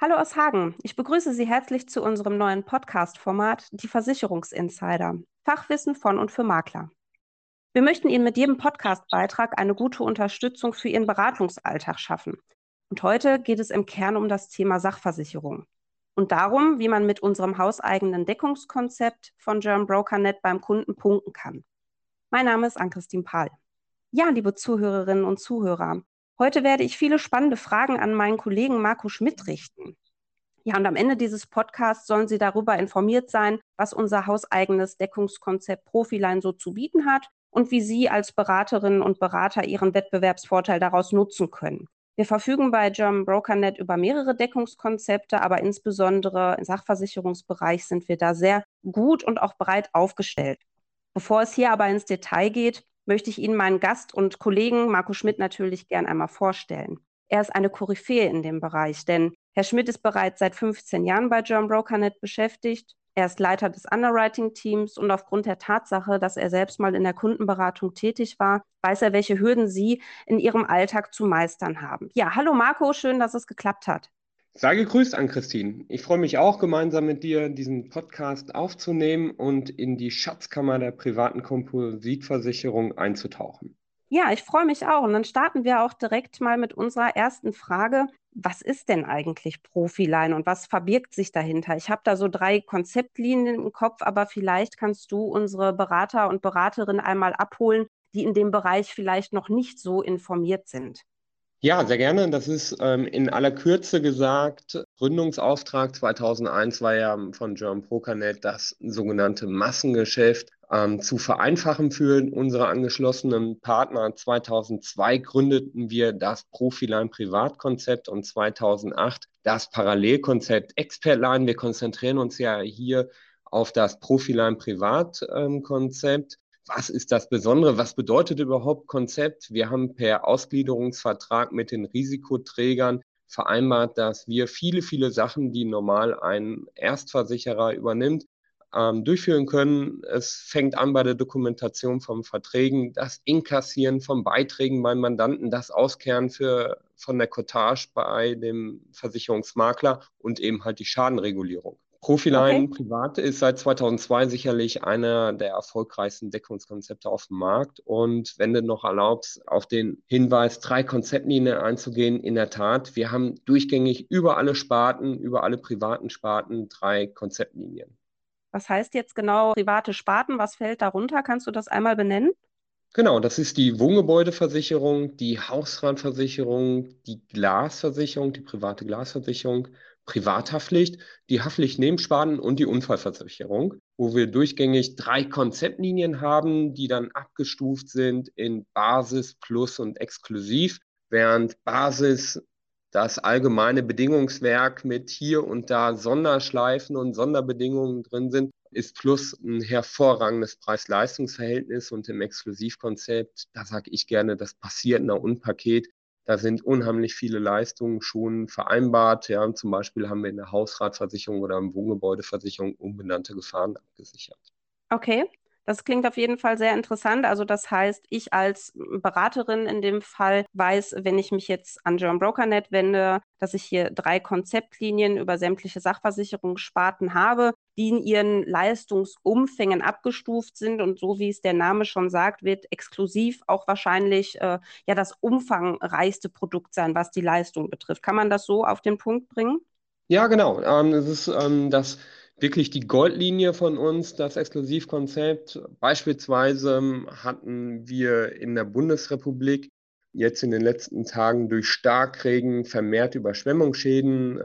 Hallo aus Hagen. Ich begrüße Sie herzlich zu unserem neuen Podcast-Format, die Versicherungsinsider. Fachwissen von und für Makler. Wir möchten Ihnen mit jedem Podcast-Beitrag eine gute Unterstützung für Ihren Beratungsalltag schaffen. Und heute geht es im Kern um das Thema Sachversicherung und darum, wie man mit unserem hauseigenen Deckungskonzept von German BrokerNet beim Kunden punkten kann. Mein Name ist Ann-Christine Pahl. Ja, liebe Zuhörerinnen und Zuhörer, heute werde ich viele spannende Fragen an meinen Kollegen Marco Schmidt richten. Ja, und am Ende dieses Podcasts sollen Sie darüber informiert sein, was unser hauseigenes Deckungskonzept Profiline so zu bieten hat und wie Sie als Beraterinnen und Berater Ihren Wettbewerbsvorteil daraus nutzen können. Wir verfügen bei German BrokerNet über mehrere Deckungskonzepte, aber insbesondere im Sachversicherungsbereich sind wir da sehr gut und auch breit aufgestellt. Bevor es hier aber ins Detail geht, möchte ich Ihnen meinen Gast und Kollegen Marco Schmidt natürlich gern einmal vorstellen. Er ist eine Koryphäe in dem Bereich, denn Herr Schmidt ist bereits seit 15 Jahren bei German BrokerNet beschäftigt. Er ist Leiter des Underwriting-Teams und aufgrund der Tatsache, dass er selbst mal in der Kundenberatung tätig war, weiß er, welche Hürden Sie in Ihrem Alltag zu meistern haben. Ja, hallo Marco, schön, dass es geklappt hat. Sei gegrüßt, Ann-Christine. Ich freue mich auch, gemeinsam mit dir diesen Podcast aufzunehmen und in die Schatzkammer der privaten Kompositversicherung einzutauchen. Ja, ich freue mich auch. Und dann starten wir auch direkt mal mit unserer ersten Frage. Was ist denn eigentlich Profiline und was verbirgt sich dahinter? Ich habe da so 3 Konzeptlinien im Kopf, aber vielleicht kannst du unsere Berater und Beraterinnen einmal abholen, die in dem Bereich vielleicht noch nicht so informiert sind. Ja, sehr gerne. Das ist in aller Kürze gesagt, Gründungsauftrag 2001 war ja von German BrokerNet das sogenannte Massengeschäft zu vereinfachen für unsere angeschlossenen Partner. 2002 gründeten wir das Profiline Privatkonzept und 2008 das Parallelkonzept Expertline. Wir konzentrieren uns ja hier auf das Profiline Privatkonzept. Was ist das Besondere? Was bedeutet überhaupt Konzept? Wir haben per Ausgliederungsvertrag mit den Risikoträgern vereinbart, dass wir viele Sachen, die normal ein Erstversicherer übernimmt, durchführen können. Es fängt an bei der Dokumentation von Verträgen, das Inkassieren von Beiträgen beim Mandanten, das Auskehren von der Cottage bei dem Versicherungsmakler und eben halt die Schadenregulierung. Okay. Profiline Privat ist seit 2002 sicherlich einer der erfolgreichsten Deckungskonzepte auf dem Markt. Und wenn du noch erlaubst, auf den Hinweis, 3 Konzeptlinien einzugehen, in der Tat, wir haben durchgängig über alle Sparten, über alle privaten Sparten 3 Konzeptlinien. Was heißt jetzt genau private Sparten? Was fällt darunter? Kannst du das einmal benennen? Genau, das ist die Wohngebäudeversicherung, die Hausratversicherung, die Glasversicherung, die private Glasversicherung, Privathaftpflicht, die Haftpflichtnehmensparten und die Unfallversicherung, wo wir durchgängig 3 Konzeptlinien haben, die dann abgestuft sind in Basis, Plus und Exklusiv, während Basis das allgemeine Bedingungswerk mit hier und da Sonderschleifen und Sonderbedingungen drin sind, ist Plus ein hervorragendes Preis-Leistungs-Verhältnis und im Exklusivkonzept, da sage ich gerne, das Passiertner und Paket, da sind unheimlich viele Leistungen schon vereinbart. Ja, zum Beispiel haben wir in der Hausratversicherung oder in der Wohngebäudeversicherung unbenannte Gefahren abgesichert. Okay, das klingt auf jeden Fall sehr interessant. Also das heißt, ich als Beraterin in dem Fall weiß, wenn ich mich jetzt an German BrokerNet wende, dass ich hier 3 Konzeptlinien über sämtliche Sachversicherungssparten habe, die in ihren Leistungsumfängen abgestuft sind. Und so wie es der Name schon sagt, wird exklusiv auch wahrscheinlich ja das umfangreichste Produkt sein, was die Leistung betrifft. Kann man das so auf den Punkt bringen? Ja, genau. Es ist das wirklich die Goldlinie von uns, das Exklusivkonzept. Beispielsweise hatten wir in der Bundesrepublik jetzt in den letzten Tagen durch Starkregen vermehrt Überschwemmungsschäden.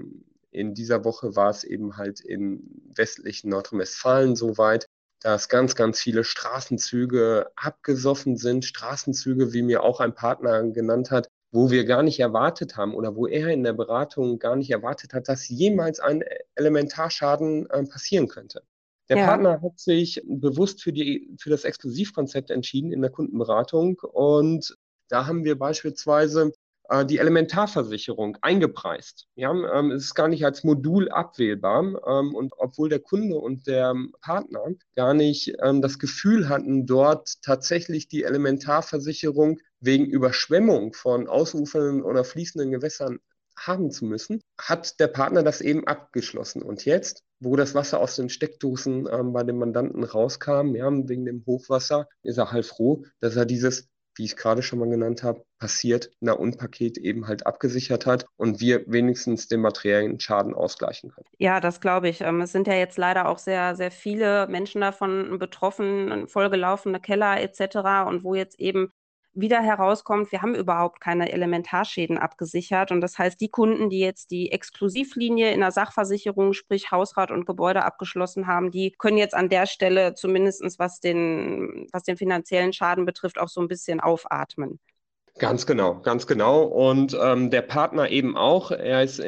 In dieser Woche war es eben halt im westlichen Nordrhein-Westfalen soweit, dass ganz viele Straßenzüge abgesoffen sind. Straßenzüge, wie mir auch ein Partner genannt hat, wo wir gar nicht erwartet haben oder wo er in der Beratung gar nicht erwartet hat, dass jemals ein Elementarschaden passieren könnte. Der Ja. Partner hat sich bewusst für das Exklusivkonzept entschieden in der Kundenberatung und da haben wir beispielsweise die Elementarversicherung eingepreist. Ja, es ist gar nicht als Modul abwählbar. Und obwohl der Kunde und der Partner gar nicht das Gefühl hatten, dort tatsächlich die Elementarversicherung wegen Überschwemmung von ausufernden oder fließenden Gewässern haben zu müssen, hat der Partner das eben abgeschlossen. Und jetzt, wo das Wasser aus den Steckdosen bei dem Mandanten rauskam, ja, wegen dem Hochwasser, ist er halt froh, dass er dieses, wie ich gerade schon mal genannt habe, passiert, Nahund-Paket eben halt abgesichert hat und wir wenigstens den materiellen Schaden ausgleichen können. Ja, das glaube ich. Es sind ja jetzt leider auch sehr, sehr viele Menschen davon betroffen, vollgelaufene Keller etc. Und wo jetzt eben wieder herauskommt, wir haben überhaupt keine Elementarschäden abgesichert. Und das heißt, die Kunden, die jetzt die Exklusivlinie in der Sachversicherung, sprich Hausrat und Gebäude abgeschlossen haben, die können jetzt an der Stelle zumindest was den finanziellen Schaden betrifft, auch so ein bisschen aufatmen. Ganz genau, ganz genau. Und der Partner eben auch. Er ist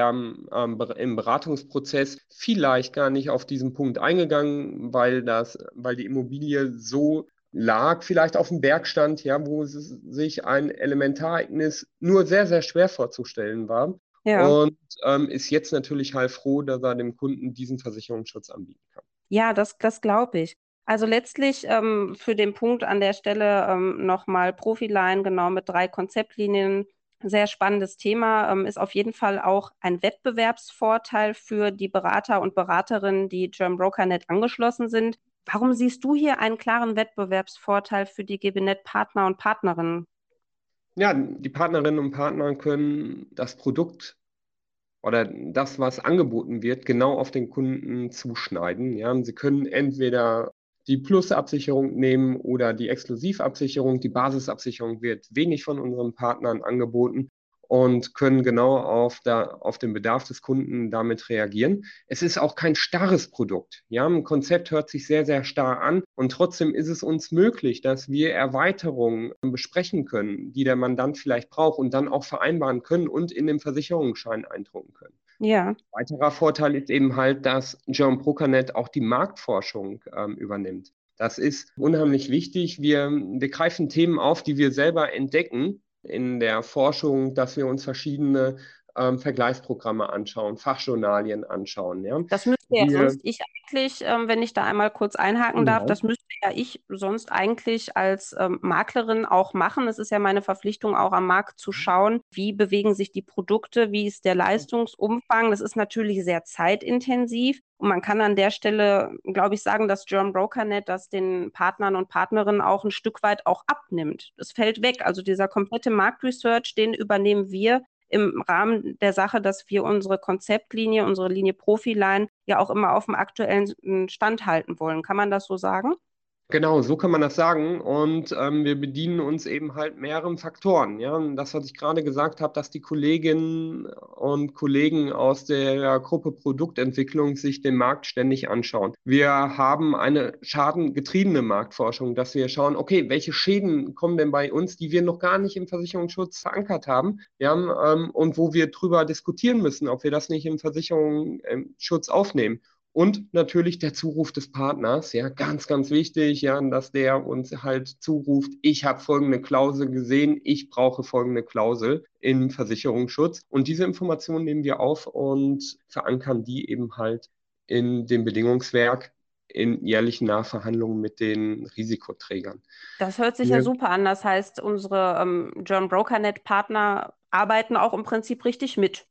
im Beratungsprozess vielleicht gar nicht auf diesen Punkt eingegangen, weil die Immobilie so lag, vielleicht auf dem Bergstand, ja, wo sich ein Elementarereignis nur sehr, sehr schwer vorzustellen war. Ja. Und ist jetzt natürlich halt froh, dass er dem Kunden diesen Versicherungsschutz anbieten kann. Ja, das glaube ich. Also letztlich für den Punkt an der Stelle nochmal Profiline, genau mit 3 Konzeptlinien. Sehr spannendes Thema, ist auf jeden Fall auch ein Wettbewerbsvorteil für die Berater und Beraterinnen, die German BrokerNet angeschlossen sind. Warum siehst du hier einen klaren Wettbewerbsvorteil für die GWNet-Partner und Partnerinnen? Ja, die Partnerinnen und Partner können das Produkt oder das, was angeboten wird, genau auf den Kunden zuschneiden. Ja, Sie können entweder die Plus-Absicherung nehmen oder die Exklusivabsicherung. Die Basisabsicherung wird wenig von unseren Partnern angeboten und können genau auf den Bedarf des Kunden damit reagieren. Es ist auch kein starres Produkt. Ja, ein Konzept hört sich sehr, sehr starr an und trotzdem ist es uns möglich, dass wir Erweiterungen besprechen können, die der Mandant vielleicht braucht und dann auch vereinbaren können und in den Versicherungsschein eindrucken können. Ja. Weiterer Vorteil ist eben halt, dass John Procanet auch die Marktforschung übernimmt. Das ist unheimlich wichtig. Wir greifen Themen auf, die wir selber entdecken in der Forschung, dass wir uns verschiedene Vergleichsprogramme anschauen, Fachjournalien anschauen. Ja. Das müsste ja Wir, sonst ich eigentlich, wenn ich da einmal kurz einhaken darf, ja. das müsste ja ich sonst eigentlich als Maklerin auch machen. Es ist ja meine Verpflichtung, auch am Markt zu schauen, wie bewegen sich die Produkte, wie ist der Leistungsumfang. Das ist natürlich sehr zeitintensiv. Und man kann an der Stelle, glaube ich, sagen, dass German BrokerNet das den Partnern und Partnerinnen auch ein Stück weit auch abnimmt. Es fällt weg. Also dieser komplette Marktresearch, den übernehmen wir im Rahmen der Sache, dass wir unsere Konzeptlinie, unsere Linie Profiline ja auch immer auf dem aktuellen Stand halten wollen. Kann man das so sagen? Genau, so kann man das sagen. Und wir bedienen uns eben halt mehreren Faktoren. Ja, und das, was ich gerade gesagt habe, dass die Kolleginnen und Kollegen aus der Gruppe Produktentwicklung sich den Markt ständig anschauen. Wir haben eine schadengetriebene Marktforschung, dass wir schauen, okay, welche Schäden kommen denn bei uns, die wir noch gar nicht im Versicherungsschutz verankert haben, ja, und wo wir drüber diskutieren müssen, ob wir das nicht im Versicherungsschutz aufnehmen. Und natürlich der Zuruf des Partners, ja, ganz, ganz wichtig, ja, dass der uns halt zuruft, ich habe folgende Klausel gesehen, ich brauche folgende Klausel im Versicherungsschutz. Und diese Informationen nehmen wir auf und verankern die eben halt in dem Bedingungswerk in jährlichen Nachverhandlungen mit den Risikoträgern. Das hört sich ja Wir, super an. Das heißt, unsere John BrokerNet-Partner arbeiten auch im Prinzip richtig mit.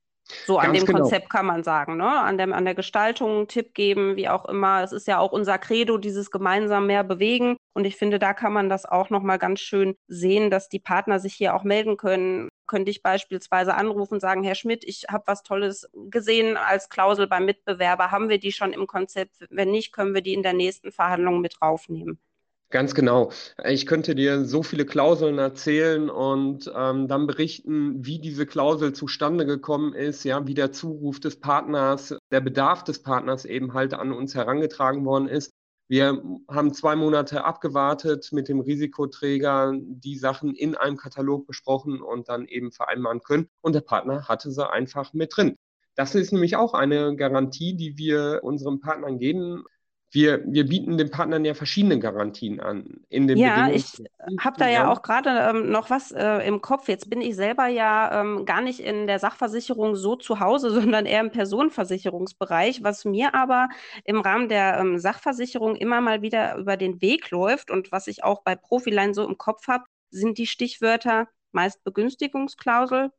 So an ganz dem genau. Konzept kann man sagen, ne? An der Gestaltung einen Tipp geben, wie auch immer. Es ist ja auch unser Credo, dieses gemeinsam mehr bewegen. Und ich finde, da kann man das auch nochmal ganz schön sehen, dass die Partner sich hier auch melden können. Könnte ich beispielsweise anrufen und sagen, Herr Schmidt, ich habe was Tolles gesehen als Klausel beim Mitbewerber. Haben wir die schon im Konzept? Wenn nicht, können wir die in der nächsten Verhandlung mit draufnehmen. Ganz genau. Ich könnte dir so viele Klauseln erzählen und dann berichten, wie diese Klausel zustande gekommen ist, ja, wie der Zuruf des Partners, der Bedarf des Partners eben halt an uns herangetragen worden ist. Wir haben 2 Monate abgewartet mit dem Risikoträger, die Sachen in einem Katalog besprochen und dann eben vereinbaren können. Und der Partner hatte sie einfach mit drin. Das ist nämlich auch eine Garantie, die wir unseren Partnern geben. Wir bieten den Partnern ja verschiedene Garantien an in den Ja, Bedingungen. ich habe da ja Ja, auch gerade noch was im Kopf. Jetzt bin ich selber ja gar nicht in der Sachversicherung so zu Hause, sondern eher im Personenversicherungsbereich, was mir aber im Rahmen der Sachversicherung immer mal wieder über den Weg läuft und was ich auch bei Profiline so im Kopf habe, sind die Stichwörter meist Begünstigungsklausel,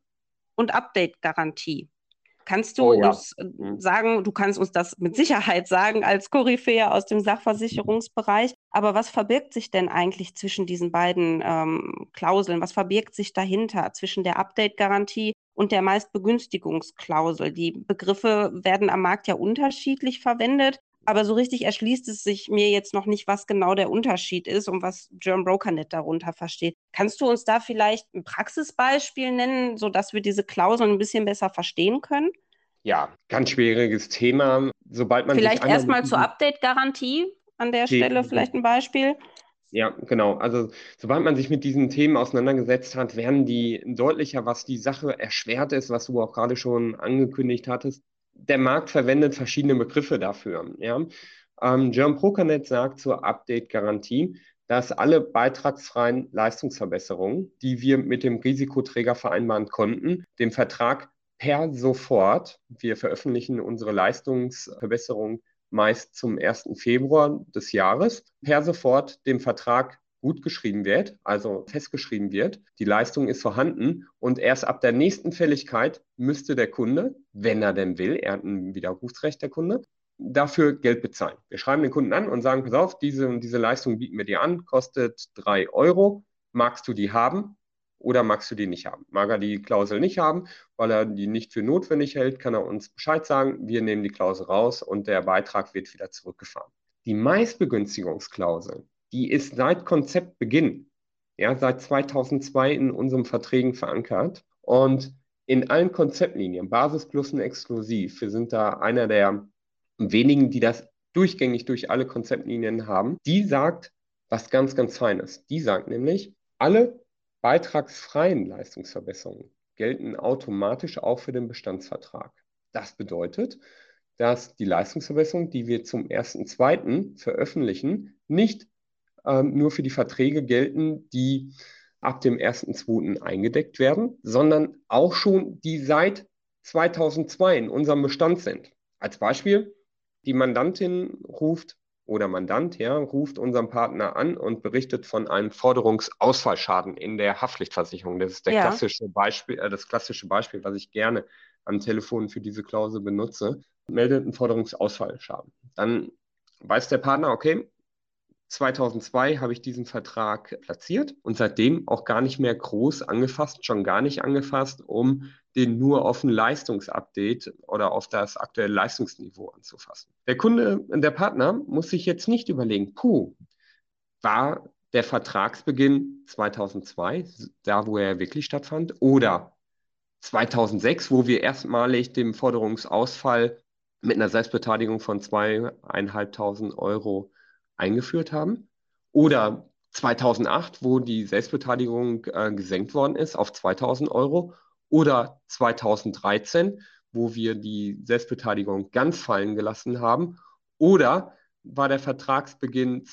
und Update-Garantie. Kannst du Oh ja. uns sagen, du kannst uns das mit Sicherheit sagen als Koryphäe aus dem Sachversicherungsbereich, aber was verbirgt sich denn eigentlich zwischen diesen beiden Klauseln? Was verbirgt sich dahinter zwischen der Update-Garantie und der Meistbegünstigungsklausel? Die Begriffe werden am Markt ja unterschiedlich verwendet, aber so richtig erschließt es sich mir jetzt noch nicht, was genau der Unterschied ist und was German BrokerNet darunter versteht. Kannst du uns da vielleicht ein Praxisbeispiel nennen, sodass wir diese Klauseln ein bisschen besser verstehen können? Ja, ganz schwieriges Thema. Sobald man sich Vielleicht einmal mit erstmal zur diesem Update-Garantie an der Stelle vielleicht ein Beispiel. Ja, genau. Also sobald man sich mit diesen Themen auseinandergesetzt hat, werden die deutlicher, was die Sache erschwert ist, was du auch gerade schon angekündigt hattest. Der Markt verwendet verschiedene Begriffe dafür. Ja? German ProConnect sagt zur Update-Garantie, dass alle beitragsfreien Leistungsverbesserungen, die wir mit dem Risikoträger vereinbaren konnten, dem Vertrag per sofort, wir veröffentlichen unsere Leistungsverbesserung meist zum 1. Februar des Jahres, per sofort dem Vertrag gutgeschrieben wird, also festgeschrieben wird. Die Leistung ist vorhanden und erst ab der nächsten Fälligkeit müsste der Kunde, wenn er denn will, er hat ein Widerrufsrecht, der Kunde, dafür Geld bezahlen. Wir schreiben den Kunden an und sagen, pass auf, diese und diese Leistung bieten wir dir an, kostet 3 Euro. Magst du die haben oder magst du die nicht haben? Mag er die Klausel nicht haben, weil er die nicht für notwendig hält, kann er uns Bescheid sagen. Wir nehmen die Klausel raus und der Beitrag wird wieder zurückgefahren. Die Meistbegünstigungsklausel, die ist seit Konzeptbeginn, ja, seit 2002 in unseren Verträgen verankert und in allen Konzeptlinien, Basis plus und Exklusiv, wir sind da einer der wenigen, die das durchgängig durch alle Konzeptlinien haben, die sagt was ganz, ganz Feines. Die sagt nämlich, alle beitragsfreien Leistungsverbesserungen gelten automatisch auch für den Bestandsvertrag. Das bedeutet, dass die Leistungsverbesserungen, die wir zum 1.2. veröffentlichen, nicht nur für die Verträge gelten, die ab dem 1.2. eingedeckt werden, sondern auch schon die seit 2002 in unserem Bestand sind. Als Beispiel, die Mandantin ruft oder Mandant, ja, ruft unseren Partner an und berichtet von einem Forderungsausfallschaden in der Haftpflichtversicherung. Das ist Ja. das klassische Beispiel, was ich gerne am Telefon für diese Klausel benutze. Meldet einen Forderungsausfallschaden. Dann weiß der Partner, okay, 2002 habe ich diesen Vertrag platziert und seitdem auch gar nicht mehr groß angefasst, schon gar nicht angefasst, um den nur auf ein Leistungsupdate oder auf das aktuelle Leistungsniveau anzufassen. Der Kunde, der Partner muss sich jetzt nicht überlegen, war der Vertragsbeginn 2002, da wo er wirklich stattfand, oder 2006, wo wir erstmalig den Forderungsausfall mit einer Selbstbeteiligung von 2.500 € eingeführt haben. Oder 2008, wo die Selbstbeteiligung gesenkt worden ist auf 2.000 €. Oder 2013, wo wir die Selbstbeteiligung ganz fallen gelassen haben. Oder war der Vertragsbeginn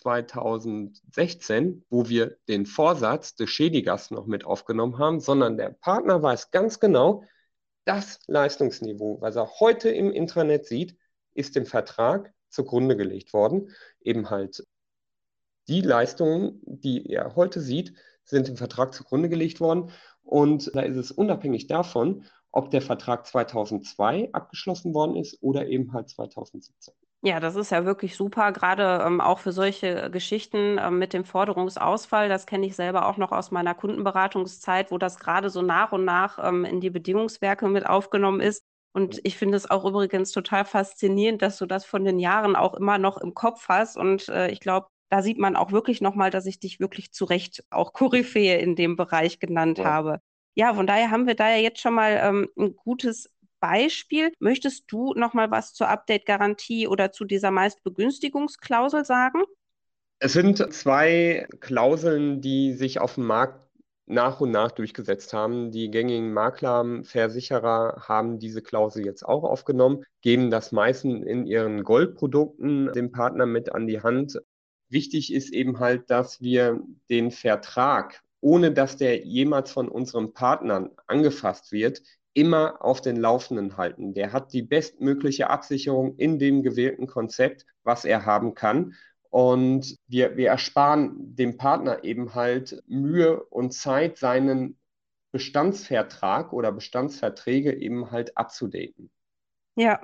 2016, wo wir den Vorsatz des Schädigers noch mit aufgenommen haben, sondern der Partner weiß ganz genau, das Leistungsniveau, was er heute im Intranet sieht, ist dem Vertrag zugrunde gelegt worden. Eben halt die Leistungen, die er heute sieht, sind im Vertrag zugrunde gelegt worden. Und da ist es unabhängig davon, ob der Vertrag 2002 abgeschlossen worden ist oder eben halt 2017. Ja, das ist ja wirklich super, gerade auch für solche Geschichten mit dem Forderungsausfall. Das kenne ich selber auch noch aus meiner Kundenberatungszeit, wo das gerade so nach und nach in die Bedingungswerke mit aufgenommen ist. Und ich finde es auch übrigens total faszinierend, dass du das von den Jahren auch immer noch im Kopf hast. Und ich glaube, da sieht man auch wirklich nochmal, dass ich dich wirklich zu Recht auch Koryphäe in dem Bereich genannt Ja. habe. Ja, von daher haben wir da ja jetzt schon mal ein gutes Beispiel. Möchtest du noch mal was zur Update-Garantie oder zu dieser Meistbegünstigungsklausel sagen? Es sind zwei Klauseln, die sich auf dem Markt nach und nach durchgesetzt haben. Die gängigen Makler, Versicherer haben diese Klausel jetzt auch aufgenommen, geben das meistens in ihren Goldprodukten dem Partner mit an die Hand. Wichtig ist eben halt, dass wir den Vertrag, ohne dass der jemals von unseren Partnern angefasst wird, immer auf den Laufenden halten. Der hat die bestmögliche Absicherung in dem gewählten Konzept, was er haben kann. Und wir ersparen dem Partner eben halt Mühe und Zeit, seinen Bestandsvertrag oder Bestandsverträge eben halt abzudaten. Ja.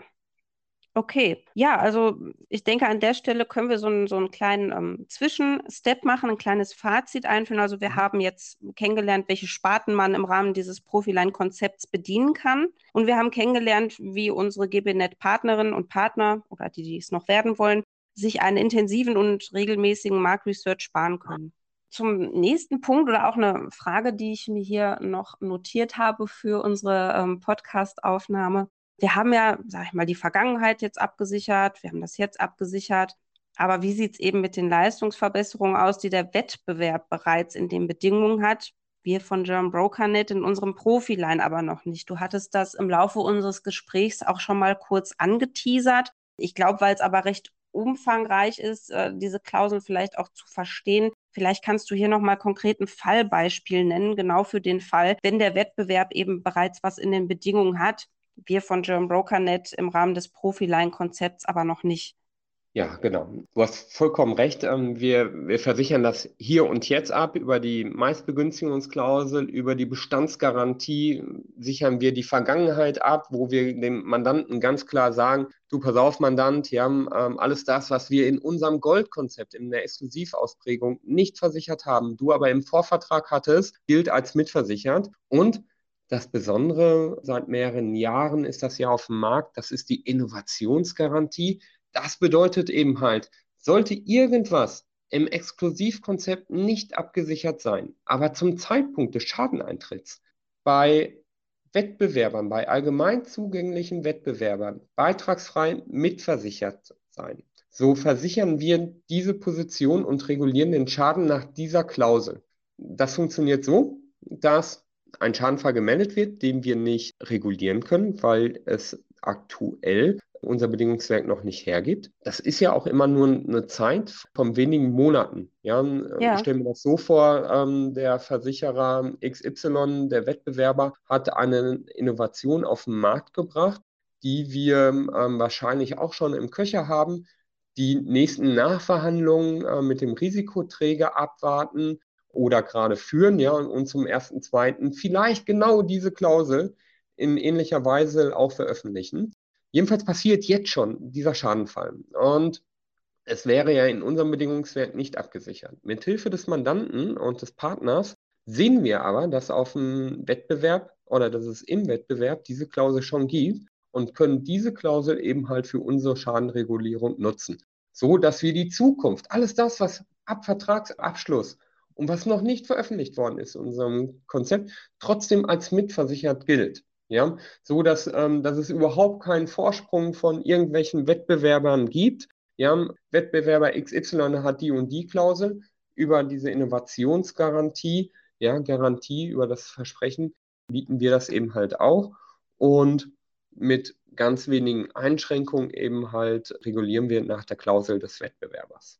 Okay, ja, also ich denke, an der Stelle können wir so einen kleinen Zwischenstep machen, ein kleines Fazit einführen. Also wir haben jetzt kennengelernt, welche Sparten man im Rahmen dieses Profiline-Konzepts bedienen kann. Und wir haben kennengelernt, wie unsere GBNet-Partnerinnen und Partner oder die, die es noch werden wollen, sich einen intensiven und regelmäßigen Marktresearch sparen können. Zum nächsten Punkt oder auch eine Frage, die ich mir hier noch notiert habe für unsere Podcast-Aufnahme. Wir haben ja, sag ich mal, die Vergangenheit jetzt abgesichert, wir haben das jetzt abgesichert, aber wie sieht es eben mit den Leistungsverbesserungen aus, die der Wettbewerb bereits in den Bedingungen hat? Wir von German BrokerNet in unserem Profiline aber noch nicht. Du hattest das im Laufe unseres Gesprächs auch schon mal kurz angeteasert. Ich glaube, weil es aber recht umfangreich ist, diese Klausel vielleicht auch zu verstehen. Vielleicht kannst du hier nochmal konkret ein Fallbeispiel nennen, genau für den Fall, wenn der Wettbewerb eben bereits was in den Bedingungen hat, wir von German BrokerNet im Rahmen des Profiline-Konzepts aber noch nicht. Ja, genau. Du hast vollkommen recht. Wir versichern das hier und jetzt ab. Über die Meistbegünstigungsklausel, über die Bestandsgarantie sichern wir die Vergangenheit ab, wo wir dem Mandanten ganz klar sagen, du pass auf, Mandant, wir haben alles das, was wir in unserem Goldkonzept, in der Exklusivausprägung nicht versichert haben, du aber im Vorvertrag hattest, gilt als mitversichert. Und das Besondere seit mehreren Jahren ist das ja auf dem Markt, das ist die Innovationsgarantie. Das bedeutet eben halt, sollte irgendwas im Exklusivkonzept nicht abgesichert sein, aber zum Zeitpunkt des Schadeneintritts bei Wettbewerbern, bei allgemein zugänglichen Wettbewerbern beitragsfrei mitversichert sein, so versichern wir diese Position und regulieren den Schaden nach dieser Klausel. Das funktioniert so, dass ein Schadenfall gemeldet wird, den wir nicht regulieren können, weil es aktuell unser Bedingungswerk noch nicht hergibt. Das ist ja auch immer nur eine Zeit von wenigen Monaten. Ja, ich Ja, stelle mir das so vor, der Versicherer XY, der Wettbewerber, hat eine Innovation auf den Markt gebracht, die wir wahrscheinlich auch schon im Köcher haben. Die nächsten Nachverhandlungen mit dem Risikoträger abwarten oder gerade führen, ja, und zum 1.2. vielleicht genau diese Klausel in ähnlicher Weise auch veröffentlichen. Jedenfalls passiert jetzt schon dieser Schadenfall. Und es wäre ja in unserem Bedingungswerk nicht abgesichert. Mithilfe des Mandanten und des Partners sehen wir aber, dass auf dem Wettbewerb oder dass es im Wettbewerb diese Klausel schon gibt und können diese Klausel eben halt für unsere Schadenregulierung nutzen. So dass wir die Zukunft, alles das, was ab Vertragsabschluss und was noch nicht veröffentlicht worden ist in unserem Konzept, trotzdem als mitversichert gilt. Ja, so dass es überhaupt keinen Vorsprung von irgendwelchen Wettbewerbern gibt. Ja, Wettbewerber XY hat die und die Klausel über diese Innovationsgarantie, ja, Garantie über das Versprechen, bieten wir das eben halt auch. Und mit ganz wenigen Einschränkungen eben halt regulieren wir nach der Klausel des Wettbewerbers.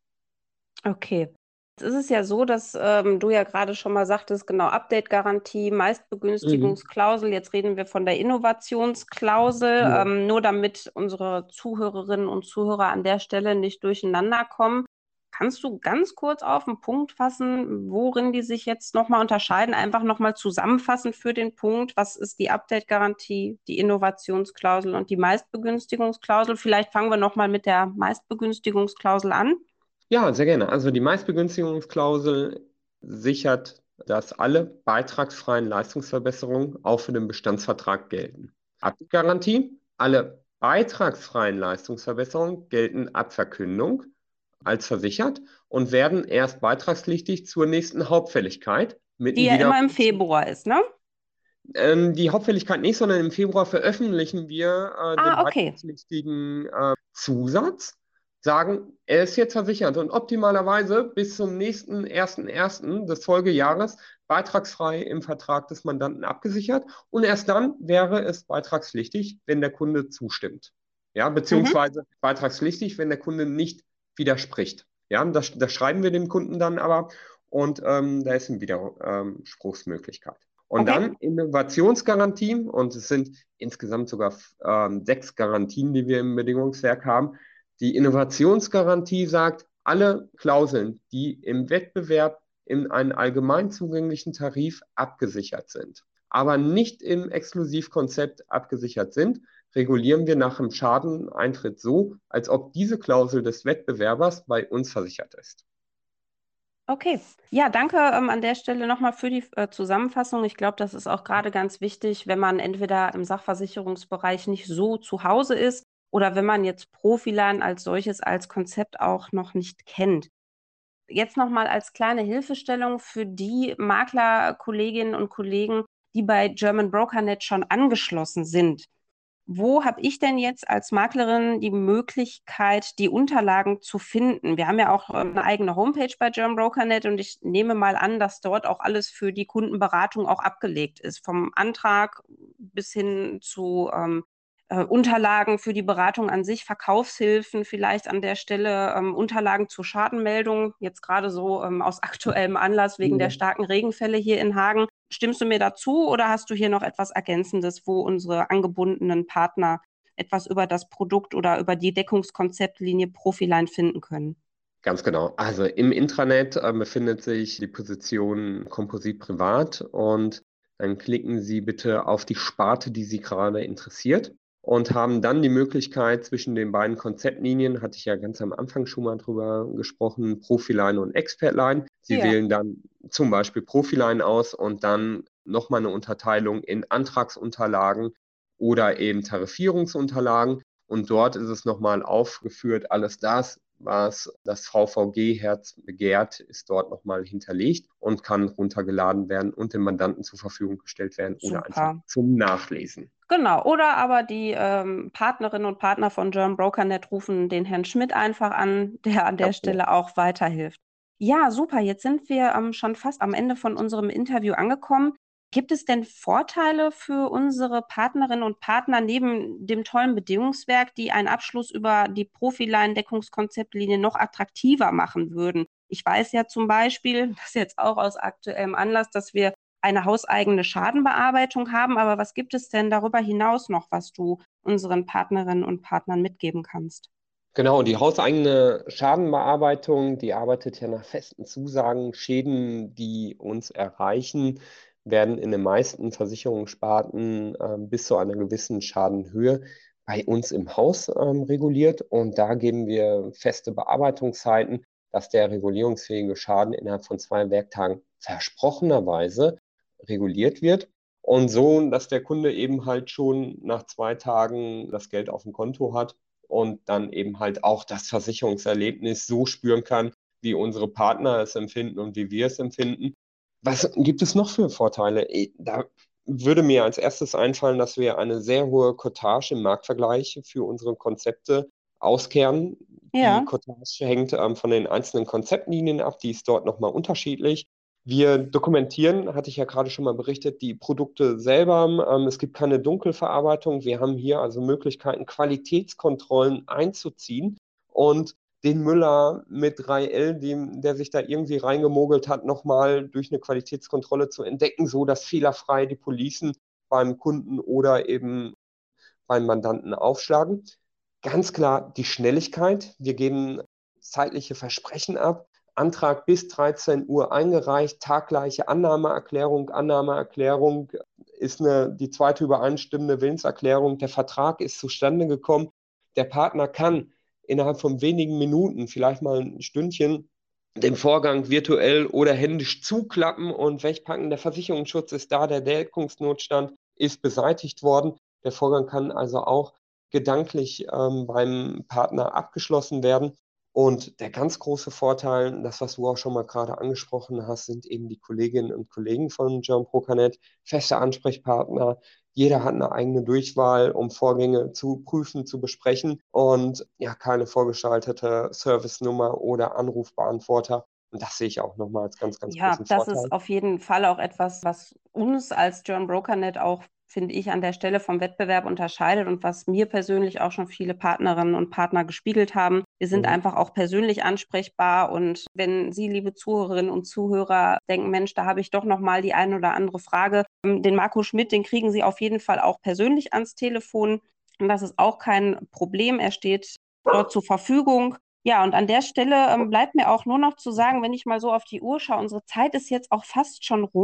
okay. Jetzt ist es ja so, dass du ja gerade schon mal sagtest, genau, Update-Garantie, Mhm. Meistbegünstigungsklausel. Jetzt reden wir von der Innovationsklausel, Ja. nur damit unsere Zuhörerinnen und Zuhörer an der Stelle nicht durcheinander kommen. Kannst du ganz kurz auf den Punkt fassen, worin die sich jetzt nochmal unterscheiden? Einfach nochmal zusammenfassen für den Punkt, was ist die Update-Garantie, die Innovationsklausel und die Meistbegünstigungsklausel? Vielleicht fangen wir nochmal mit der Meistbegünstigungsklausel an. Ja, sehr gerne. Also die Meistbegünstigungsklausel sichert, dass alle beitragsfreien Leistungsverbesserungen auch für den Bestandsvertrag gelten. Abgarantie, alle beitragsfreien Leistungsverbesserungen gelten ab Verkündung als versichert und werden erst beitragspflichtig zur nächsten Hauptfälligkeit mit Die einem ja immer im Widerrufsrecht. Februar ist, ne? Die Hauptfälligkeit nicht, sondern im Februar veröffentlichen wir den Ah, okay. beitragspflichtigen Zusatz, sagen, er ist jetzt versichert und optimalerweise bis zum nächsten 1.1. des Folgejahres beitragsfrei im Vertrag des Mandanten abgesichert und erst dann wäre es beitragspflichtig, wenn der Kunde zustimmt. Ja, Mhm. beziehungsweise beitragspflichtig, wenn der Kunde nicht widerspricht. Ja, das schreiben wir dem Kunden dann aber und da ist eine Widerspruchsmöglichkeit. Und Okay. dann Innovationsgarantie, und es sind insgesamt sogar 6 Garantien, die wir im Bedingungswerk haben. Die Innovationsgarantie sagt, alle Klauseln, die im Wettbewerb in einen allgemein zugänglichen Tarif abgesichert sind, aber nicht im Exklusivkonzept abgesichert sind, regulieren wir nach dem Schadeneintritt so, als ob diese Klausel des Wettbewerbers bei uns versichert ist. Okay, ja, danke an der Stelle nochmal für die Zusammenfassung. Ich glaube, das ist auch gerade ganz wichtig, wenn man entweder im Sachversicherungsbereich nicht so zu Hause ist oder wenn man jetzt Profiline als solches als Konzept auch noch nicht kennt. Jetzt nochmal als kleine Hilfestellung für die Maklerkolleginnen und Kollegen, die bei German BrokerNet schon angeschlossen sind. Wo habe ich denn jetzt als Maklerin die Möglichkeit, die Unterlagen zu finden? Wir haben ja auch eine eigene Homepage bei German BrokerNet und ich nehme mal an, dass dort auch alles für die Kundenberatung auch abgelegt ist. Vom Antrag bis hin zu Unterlagen für die Beratung an sich, Verkaufshilfen vielleicht an der Stelle, Unterlagen zur Schadenmeldung, jetzt gerade so aus aktuellem Anlass wegen der starken Regenfälle hier in Hagen. Stimmst du mir dazu oder hast du hier noch etwas Ergänzendes, wo unsere angebundenen Partner etwas über das Produkt oder über die Deckungskonzeptlinie Profiline finden können? Ganz genau. Also im Intranet befindet sich die Position Komposit Privat und dann klicken Sie bitte auf die Sparte, die Sie gerade interessiert und haben dann die Möglichkeit zwischen den beiden Konzeptlinien, hatte ich ja ganz am Anfang schon mal drüber gesprochen, Profiline und Expertline. Sie Ja. wählen dann zum Beispiel Profiline aus und dann nochmal eine Unterteilung in Antragsunterlagen oder eben Tarifierungsunterlagen. Und dort ist es nochmal aufgeführt, alles das, was das VVG-Herz begehrt, ist dort nochmal hinterlegt und kann runtergeladen werden und dem Mandanten zur Verfügung gestellt werden oder einfach Super. zum Nachlesen. Genau, oder aber die Partnerinnen und Partner von German BrokerNet rufen den Herrn Schmidt einfach an, der an der Ganz genau. Stelle auch weiterhilft. Ja, super. Jetzt sind wir schon fast am Ende von unserem Interview angekommen. Gibt es denn Vorteile für unsere Partnerinnen und Partner neben dem tollen Bedingungswerk, die einen Abschluss über die Profiline-Deckungskonzeptlinie noch attraktiver machen würden? Ich weiß ja zum Beispiel, das jetzt auch aus aktuellem Anlass, dass wir eine hauseigene Schadenbearbeitung haben. Aber was gibt es denn darüber hinaus noch, was du unseren Partnerinnen und Partnern mitgeben kannst? Genau, die hauseigene Schadenbearbeitung, die arbeitet ja nach festen Zusagen. Schäden, die uns erreichen, werden in den meisten Versicherungssparten bis zu einer gewissen Schadenhöhe bei uns im Haus reguliert. Und da geben wir feste Bearbeitungszeiten, dass der regulierungsfähige Schaden innerhalb von 2 Werktagen versprochenerweise reguliert wird. Und so, dass der Kunde eben halt schon nach 2 Tagen das Geld auf dem Konto hat und dann eben halt auch das Versicherungserlebnis so spüren kann, wie unsere Partner es empfinden und wie wir es empfinden. Was gibt es noch für Vorteile? Da würde mir als erstes einfallen, dass wir eine sehr hohe Cottage im Marktvergleich für unsere Konzepte auskehren. Die Ja, Cottage hängt von den einzelnen Konzeptlinien ab, die ist dort nochmal unterschiedlich. Wir dokumentieren, hatte ich ja gerade schon mal berichtet, die Produkte selber. Es gibt keine Dunkelverarbeitung. Wir haben hier also Möglichkeiten, Qualitätskontrollen einzuziehen und den Müller mit 3L, der sich da irgendwie reingemogelt hat, nochmal durch eine Qualitätskontrolle zu entdecken, so dass fehlerfrei die Policen beim Kunden oder eben beim Mandanten aufschlagen. Ganz klar die Schnelligkeit. Wir geben zeitliche Versprechen ab. Antrag bis 13 Uhr eingereicht, taggleiche Annahmeerklärung. Annahmeerklärung ist die zweite übereinstimmende Willenserklärung. Der Vertrag ist zustande gekommen. Der Partner kann innerhalb von wenigen Minuten, vielleicht mal ein Stündchen, den Vorgang virtuell oder händisch zuklappen und wegpacken. Der Versicherungsschutz ist da, der Deckungsnotstand ist beseitigt worden. Der Vorgang kann also auch gedanklich beim Partner abgeschlossen werden. Und der ganz große Vorteil, das, was du auch schon mal gerade angesprochen hast, sind eben die Kolleginnen und Kollegen von German BrokerNet, feste Ansprechpartner. Jeder hat eine eigene Durchwahl, um Vorgänge zu prüfen, zu besprechen und ja, keine vorgeschaltete Servicenummer oder Anrufbeantworter. Und das sehe ich auch nochmal als ganz, ganz ja, großen das ist Vorteil. auf jeden Fall auch etwas, was uns als German BrokerNet auch, finde ich, an der Stelle vom Wettbewerb unterscheidet und was mir persönlich auch schon viele Partnerinnen und Partner gespiegelt haben. Wir sind Mhm. einfach auch persönlich ansprechbar und wenn Sie, liebe Zuhörerinnen und Zuhörer, denken, Mensch, da habe ich doch noch mal die eine oder andere Frage, den Marco Schmidt, den kriegen Sie auf jeden Fall auch persönlich ans Telefon und das ist auch kein Problem. Er steht dort zur Verfügung. Ja, und an der Stelle bleibt mir auch nur noch zu sagen, wenn ich mal so auf die Uhr schaue, unsere Zeit ist jetzt auch fast schon rum.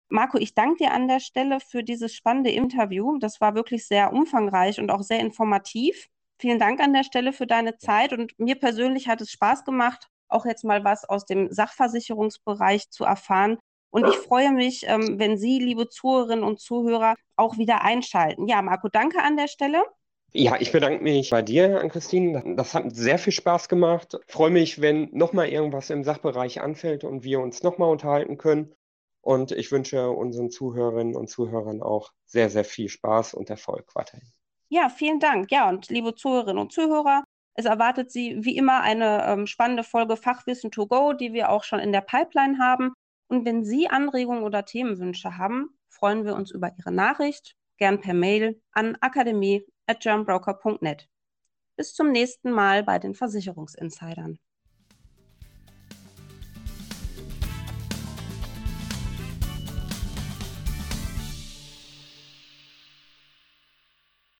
Marco, ich danke dir an der Stelle für dieses spannende Interview. Das war wirklich sehr umfangreich und auch sehr informativ. Vielen Dank an der Stelle für deine Zeit und mir persönlich hat es Spaß gemacht, auch jetzt mal was aus dem Sachversicherungsbereich zu erfahren. Und ich freue mich, wenn Sie, liebe Zuhörerinnen und Zuhörer, auch wieder einschalten. Ja, Marco, danke an der Stelle. Ja, ich bedanke mich bei dir, Ann-Christine. Das hat sehr viel Spaß gemacht. Freue mich, wenn nochmal irgendwas im Sachbereich anfällt und wir uns nochmal unterhalten können. Und ich wünsche unseren Zuhörerinnen und Zuhörern auch sehr, sehr viel Spaß und Erfolg weiterhin. Ja, vielen Dank. Ja, und liebe Zuhörerinnen und Zuhörer, es erwartet Sie wie immer eine spannende Folge Fachwissen to go, die wir auch schon in der Pipeline haben. Und wenn Sie Anregungen oder Themenwünsche haben, freuen wir uns über Ihre Nachricht, gern per Mail an akademie@germanbroker.net. Bis zum nächsten Mal bei den Versicherungsinsidern.